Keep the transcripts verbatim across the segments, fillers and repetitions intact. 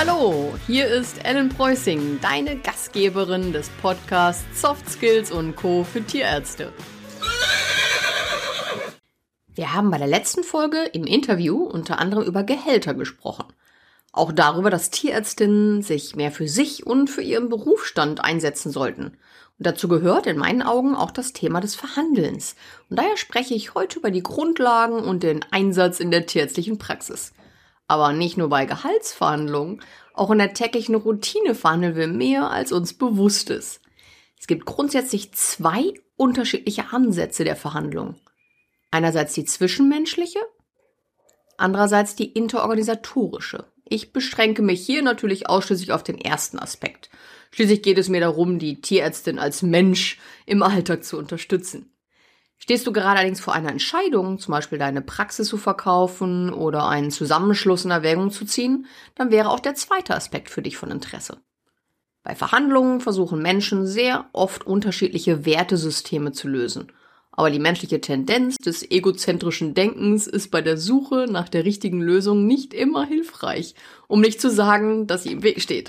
Hallo, hier ist Ellen Preußing, deine Gastgeberin des Podcasts Soft Skills und Co. für Tierärzte. Wir haben bei der letzten Folge im Interview unter anderem über Gehälter gesprochen. Auch darüber, dass Tierärztinnen sich mehr für sich und für ihren Berufsstand einsetzen sollten. Und dazu gehört in meinen Augen auch das Thema des Verhandelns. Und daher spreche ich heute über die Grundlagen und den Einsatz in der tierärztlichen Praxis. Aber nicht nur bei Gehaltsverhandlungen, auch in der täglichen Routine verhandeln wir mehr, als uns bewusst ist. Es gibt grundsätzlich zwei unterschiedliche Ansätze der Verhandlung. Einerseits die zwischenmenschliche, andererseits die interorganisatorische. Ich beschränke mich hier natürlich ausschließlich auf den ersten Aspekt. Schließlich geht es mir darum, die Tierärztin als Mensch im Alltag zu unterstützen. Stehst du gerade allerdings vor einer Entscheidung, zum Beispiel deine Praxis zu verkaufen oder einen Zusammenschluss in Erwägung zu ziehen, dann wäre auch der zweite Aspekt für dich von Interesse. Bei Verhandlungen versuchen Menschen sehr oft unterschiedliche Wertesysteme zu lösen. Aber die menschliche Tendenz des egozentrischen Denkens ist bei der Suche nach der richtigen Lösung nicht immer hilfreich, um nicht zu sagen, dass sie im Weg steht.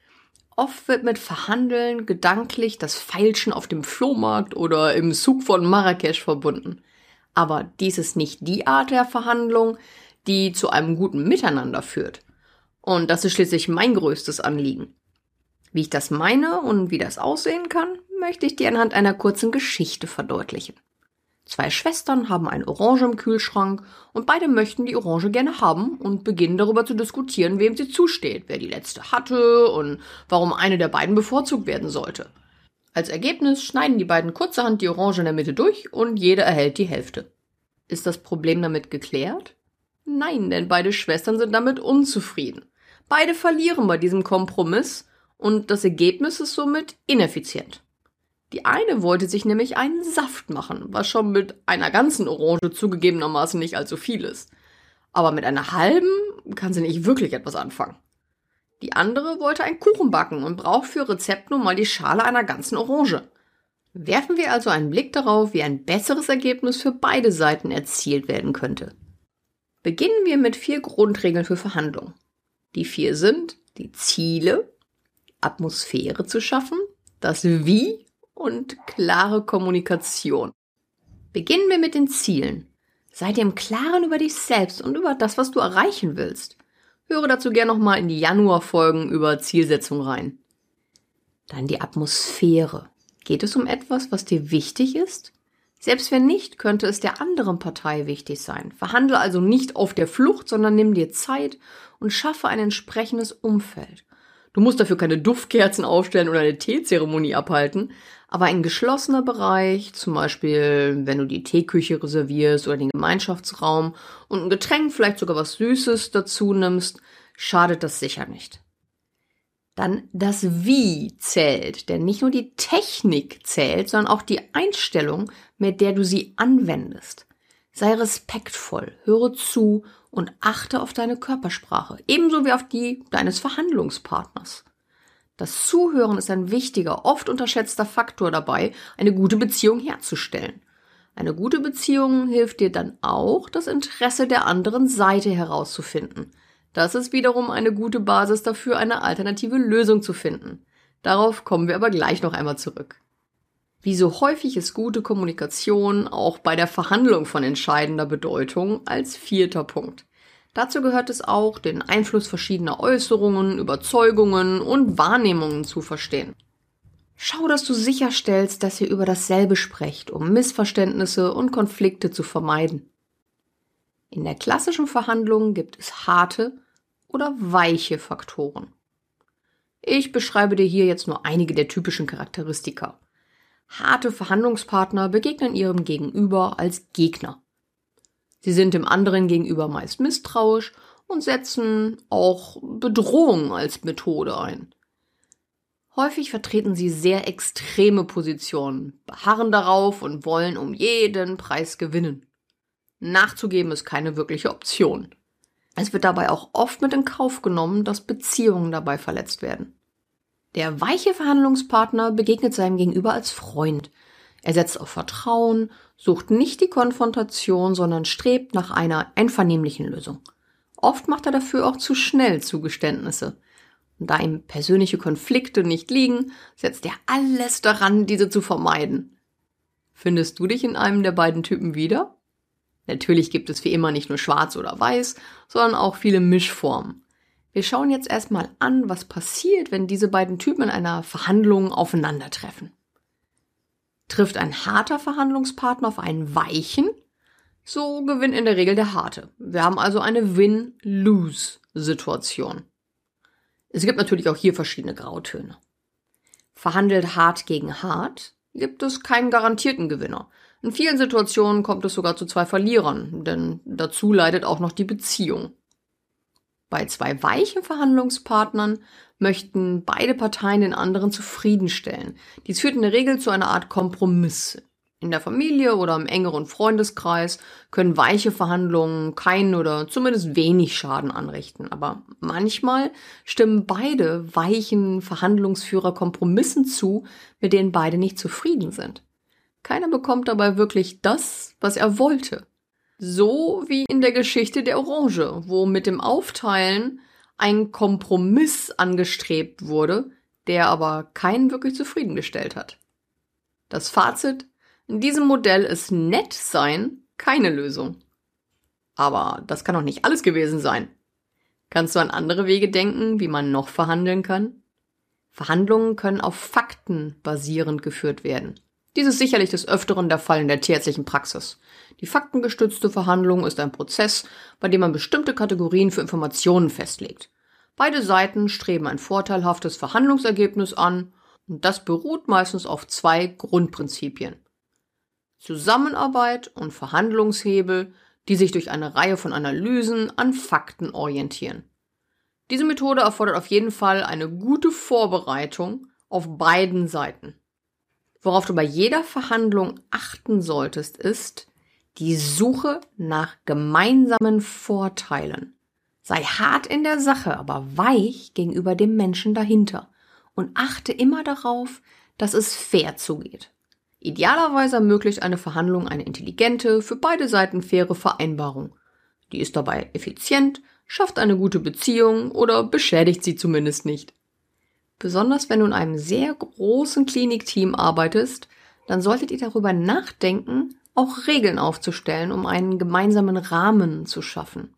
Oft wird mit Verhandeln gedanklich das Feilschen auf dem Flohmarkt oder im Souk von Marrakesch verbunden. Aber dies ist nicht die Art der Verhandlung, die zu einem guten Miteinander führt. Und das ist schließlich mein größtes Anliegen. Wie ich das meine und wie das aussehen kann, möchte ich dir anhand einer kurzen Geschichte verdeutlichen. Zwei Schwestern haben eine Orange im Kühlschrank und beide möchten die Orange gerne haben und beginnen darüber zu diskutieren, wem sie zusteht, wer die letzte hatte und warum eine der beiden bevorzugt werden sollte. Als Ergebnis schneiden die beiden kurzerhand die Orange in der Mitte durch und jeder erhält die Hälfte. Ist das Problem damit geklärt? Nein, denn beide Schwestern sind damit unzufrieden. Beide verlieren bei diesem Kompromiss und das Ergebnis ist somit ineffizient. Die eine wollte sich nämlich einen Saft machen, was schon mit einer ganzen Orange zugegebenermaßen nicht allzu viel ist. Aber mit einer halben kann sie nicht wirklich etwas anfangen. Die andere wollte einen Kuchen backen und braucht für Rezept nun mal die Schale einer ganzen Orange. Werfen wir also einen Blick darauf, wie ein besseres Ergebnis für beide Seiten erzielt werden könnte. Beginnen wir mit vier Grundregeln für Verhandlungen. Die vier sind die Ziele, Atmosphäre zu schaffen, das Wie und klare Kommunikation. Beginnen wir mit den Zielen. Sei dir im Klaren über dich selbst und über das, was du erreichen willst. Höre dazu gerne nochmal in die Januar-Folgen über Zielsetzung rein. Dann die Atmosphäre. Geht es um etwas, was dir wichtig ist? Selbst wenn nicht, könnte es der anderen Partei wichtig sein. Verhandle also nicht auf der Flucht, sondern nimm dir Zeit und schaffe ein entsprechendes Umfeld. Du musst dafür keine Duftkerzen aufstellen oder eine Teezeremonie abhalten, aber ein geschlossener Bereich, zum Beispiel wenn du die Teeküche reservierst oder den Gemeinschaftsraum und ein Getränk, vielleicht sogar was Süßes dazu nimmst, schadet das sicher nicht. Dann das Wie zählt, denn nicht nur die Technik zählt, sondern auch die Einstellung, mit der du sie anwendest. Sei respektvoll, höre zu und achte auf deine Körpersprache, ebenso wie auf die deines Verhandlungspartners. Das Zuhören ist ein wichtiger, oft unterschätzter Faktor dabei, eine gute Beziehung herzustellen. Eine gute Beziehung hilft dir dann auch, das Interesse der anderen Seite herauszufinden. Das ist wiederum eine gute Basis dafür, eine alternative Lösung zu finden. Darauf kommen wir aber gleich noch einmal zurück. Wie so häufig ist gute Kommunikation auch bei der Verhandlung von entscheidender Bedeutung als vierter Punkt. Dazu gehört es auch, den Einfluss verschiedener Äußerungen, Überzeugungen und Wahrnehmungen zu verstehen. Schau, dass du sicherstellst, dass ihr über dasselbe sprecht, um Missverständnisse und Konflikte zu vermeiden. In der klassischen Verhandlung gibt es harte oder weiche Faktoren. Ich beschreibe dir hier jetzt nur einige der typischen Charakteristika. Harte Verhandlungspartner begegnen ihrem Gegenüber als Gegner. Sie sind dem anderen gegenüber meist misstrauisch und setzen auch Bedrohung als Methode ein. Häufig vertreten sie sehr extreme Positionen, beharren darauf und wollen um jeden Preis gewinnen. Nachzugeben ist keine wirkliche Option. Es wird dabei auch oft mit in Kauf genommen, dass Beziehungen dabei verletzt werden. Der weiche Verhandlungspartner begegnet seinem Gegenüber als Freund. Er setzt auf Vertrauen, sucht nicht die Konfrontation, sondern strebt nach einer einvernehmlichen Lösung. Oft macht er dafür auch zu schnell Zugeständnisse. Und da ihm persönliche Konflikte nicht liegen, setzt er alles daran, diese zu vermeiden. Findest du dich in einem der beiden Typen wieder? Natürlich gibt es wie immer nicht nur schwarz oder weiß, sondern auch viele Mischformen. Wir schauen jetzt erstmal an, was passiert, wenn diese beiden Typen in einer Verhandlung aufeinandertreffen. Trifft ein harter Verhandlungspartner auf einen weichen, so gewinnt in der Regel der harte. Wir haben also eine Win-Lose-Situation. Es gibt natürlich auch hier verschiedene Grautöne. Verhandelt hart gegen hart, gibt es keinen garantierten Gewinner. In vielen Situationen kommt es sogar zu zwei Verlierern, denn dazu leidet auch noch die Beziehung. Bei zwei weichen Verhandlungspartnern möchten beide Parteien den anderen zufriedenstellen. Dies führt in der Regel zu einer Art Kompromiss. In der Familie oder im engeren Freundeskreis können weiche Verhandlungen keinen oder zumindest wenig Schaden anrichten. Aber manchmal stimmen beide weichen Verhandlungsführer Kompromissen zu, mit denen beide nicht zufrieden sind. Keiner bekommt dabei wirklich das, was er wollte. So wie in der Geschichte der Orange, wo mit dem Aufteilen ein Kompromiss angestrebt wurde, der aber keinen wirklich zufriedengestellt hat. Das Fazit: In diesem Modell ist nett sein keine Lösung. Aber das kann doch nicht alles gewesen sein. Kannst du an andere Wege denken, wie man noch verhandeln kann? Verhandlungen können auf Fakten basierend geführt werden. Dies ist sicherlich des Öfteren der Fall in der tierärztlichen Praxis. Die faktengestützte Verhandlung ist ein Prozess, bei dem man bestimmte Kategorien für Informationen festlegt. Beide Seiten streben ein vorteilhaftes Verhandlungsergebnis an und das beruht meistens auf zwei Grundprinzipien: Zusammenarbeit und Verhandlungshebel, die sich durch eine Reihe von Analysen an Fakten orientieren. Diese Methode erfordert auf jeden Fall eine gute Vorbereitung auf beiden Seiten. Worauf du bei jeder Verhandlung achten solltest, ist die Suche nach gemeinsamen Vorteilen. Sei hart in der Sache, aber weich gegenüber dem Menschen dahinter und achte immer darauf, dass es fair zugeht. Idealerweise ermöglicht eine Verhandlung eine intelligente, für beide Seiten faire Vereinbarung. Die ist dabei effizient, schafft eine gute Beziehung oder beschädigt sie zumindest nicht. Besonders wenn du in einem sehr großen Klinikteam arbeitest, dann solltet ihr darüber nachdenken, auch Regeln aufzustellen, um einen gemeinsamen Rahmen zu schaffen.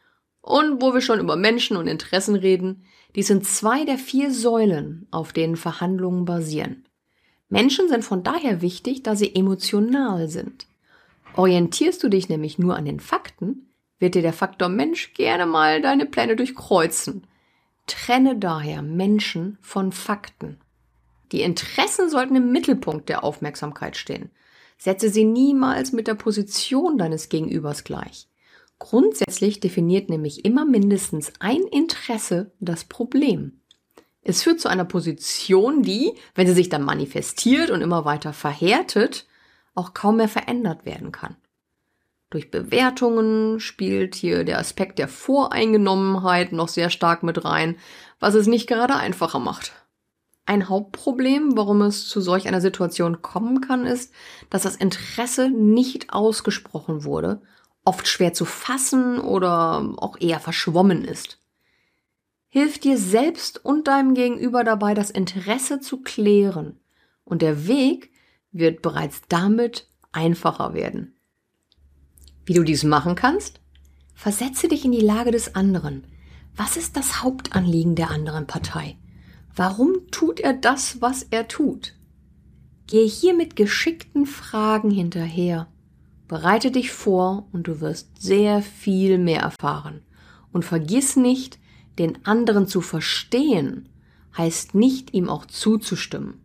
Und wo wir schon über Menschen und Interessen reden, dies sind zwei der vier Säulen, auf denen Verhandlungen basieren. Menschen sind von daher wichtig, da sie emotional sind. Orientierst du dich nämlich nur an den Fakten, wird dir der Faktor Mensch gerne mal deine Pläne durchkreuzen. Trenne daher Menschen von Fakten. Die Interessen sollten im Mittelpunkt der Aufmerksamkeit stehen. Setze sie niemals mit der Position deines Gegenübers gleich. Grundsätzlich definiert nämlich immer mindestens ein Interesse das Problem. Es führt zu einer Position, die, wenn sie sich dann manifestiert und immer weiter verhärtet, auch kaum mehr verändert werden kann. Durch Bewertungen spielt hier der Aspekt der Voreingenommenheit noch sehr stark mit rein, was es nicht gerade einfacher macht. Ein Hauptproblem, warum es zu solch einer Situation kommen kann, ist, dass das Interesse nicht ausgesprochen wurde, oft schwer zu fassen oder auch eher verschwommen ist. Hilf dir selbst und deinem Gegenüber dabei, das Interesse zu klären, und der Weg wird bereits damit einfacher werden. Wie du dies machen kannst? Versetze dich in die Lage des anderen. Was ist das Hauptanliegen der anderen Partei? Warum tut er das, was er tut? Gehe hier mit geschickten Fragen hinterher. Bereite dich vor und du wirst sehr viel mehr erfahren. Und vergiss nicht, den anderen zu verstehen, heißt nicht, ihm auch zuzustimmen.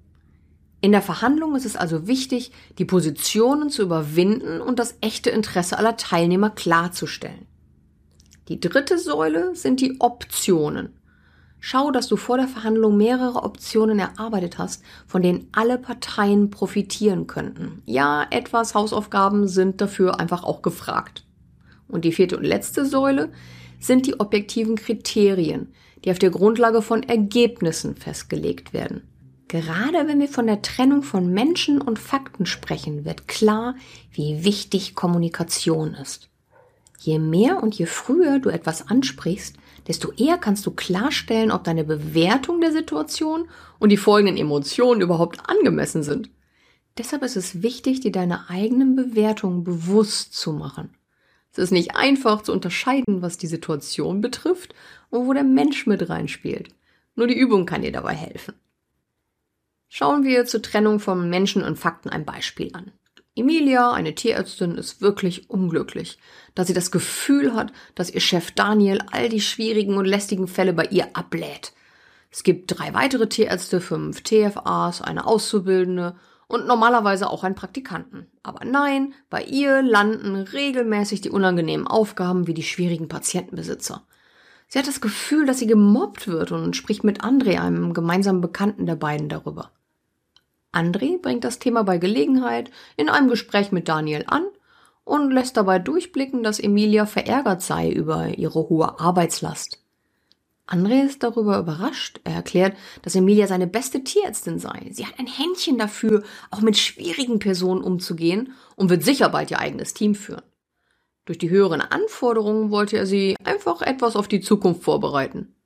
In der Verhandlung ist es also wichtig, die Positionen zu überwinden und das echte Interesse aller Teilnehmer klarzustellen. Die dritte Säule sind die Optionen. Schau, dass du vor der Verhandlung mehrere Optionen erarbeitet hast, von denen alle Parteien profitieren könnten. Ja, etwas Hausaufgaben sind dafür einfach auch gefragt. Und die vierte und letzte Säule sind die objektiven Kriterien, die auf der Grundlage von Ergebnissen festgelegt werden. Gerade wenn wir von der Trennung von Menschen und Fakten sprechen, wird klar, wie wichtig Kommunikation ist. Je mehr und je früher du etwas ansprichst, desto eher kannst du klarstellen, ob deine Bewertung der Situation und die folgenden Emotionen überhaupt angemessen sind. Deshalb ist es wichtig, dir deine eigenen Bewertungen bewusst zu machen. Es ist nicht einfach zu unterscheiden, was die Situation betrifft und wo der Mensch mit reinspielt. Nur die Übung kann dir dabei helfen. Schauen wir zur Trennung von Menschen und Fakten ein Beispiel an. Emilia, eine Tierärztin, ist wirklich unglücklich, da sie das Gefühl hat, dass ihr Chef Daniel all die schwierigen und lästigen Fälle bei ihr ablädt. Es gibt drei weitere Tierärzte, fünf T F As, eine Auszubildende und normalerweise auch einen Praktikanten. Aber nein, bei ihr landen regelmäßig die unangenehmen Aufgaben wie die schwierigen Patientenbesitzer. Sie hat das Gefühl, dass sie gemobbt wird und spricht mit André, einem gemeinsamen Bekannten der beiden, darüber. André bringt das Thema bei Gelegenheit in einem Gespräch mit Daniel an und lässt dabei durchblicken, dass Emilia verärgert sei über ihre hohe Arbeitslast. André ist darüber überrascht. Er erklärt, dass Emilia seine beste Tierärztin sei. Sie hat ein Händchen dafür, auch mit schwierigen Personen umzugehen und wird sicher bald ihr eigenes Team führen. Durch die höheren Anforderungen wollte er sie einfach etwas auf die Zukunft vorbereiten.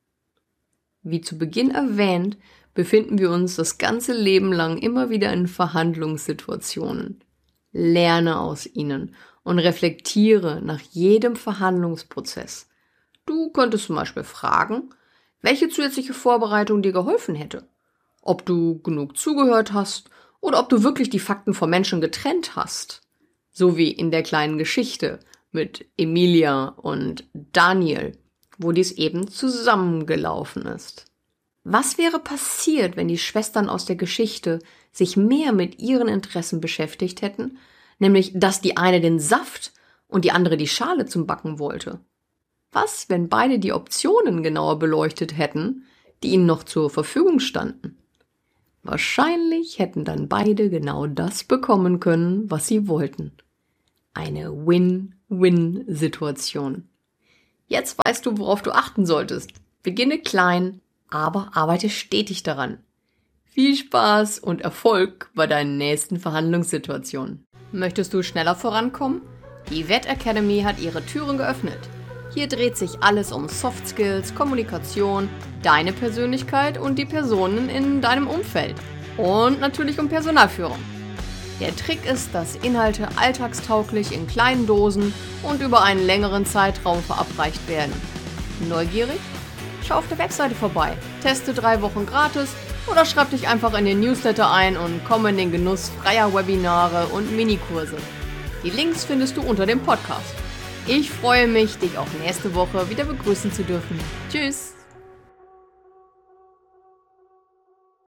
Wie zu Beginn erwähnt, befinden wir uns das ganze Leben lang immer wieder in Verhandlungssituationen. Lerne aus ihnen und reflektiere nach jedem Verhandlungsprozess. Du könntest zum Beispiel fragen, welche zusätzliche Vorbereitung dir geholfen hätte. Ob du genug zugehört hast oder ob du wirklich die Fakten vom Menschen getrennt hast. So wie in der kleinen Geschichte mit Emilia und Daniel, wo dies eben zusammengelaufen ist. Was wäre passiert, wenn die Schwestern aus der Geschichte sich mehr mit ihren Interessen beschäftigt hätten, nämlich dass die eine den Saft und die andere die Schale zum Backen wollte? Was, wenn beide die Optionen genauer beleuchtet hätten, die ihnen noch zur Verfügung standen? Wahrscheinlich hätten dann beide genau das bekommen können, was sie wollten. Eine Win-Win-Situation. Jetzt weißt du, worauf du achten solltest. Beginne klein, aber arbeite stetig daran. Viel Spaß und Erfolg bei deinen nächsten Verhandlungssituationen. Möchtest du schneller vorankommen? Die Vet Academy hat ihre Türen geöffnet. Hier dreht sich alles um Soft Skills, Kommunikation, deine Persönlichkeit und die Personen in deinem Umfeld. Und natürlich um Personalführung. Der Trick ist, dass Inhalte alltagstauglich in kleinen Dosen und über einen längeren Zeitraum verabreicht werden. Neugierig? Schau auf der Webseite vorbei, teste drei Wochen gratis oder schreib dich einfach in den Newsletter ein und komme in den Genuss freier Webinare und Minikurse. Die Links findest du unter dem Podcast. Ich freue mich, dich auch nächste Woche wieder begrüßen zu dürfen. Tschüss!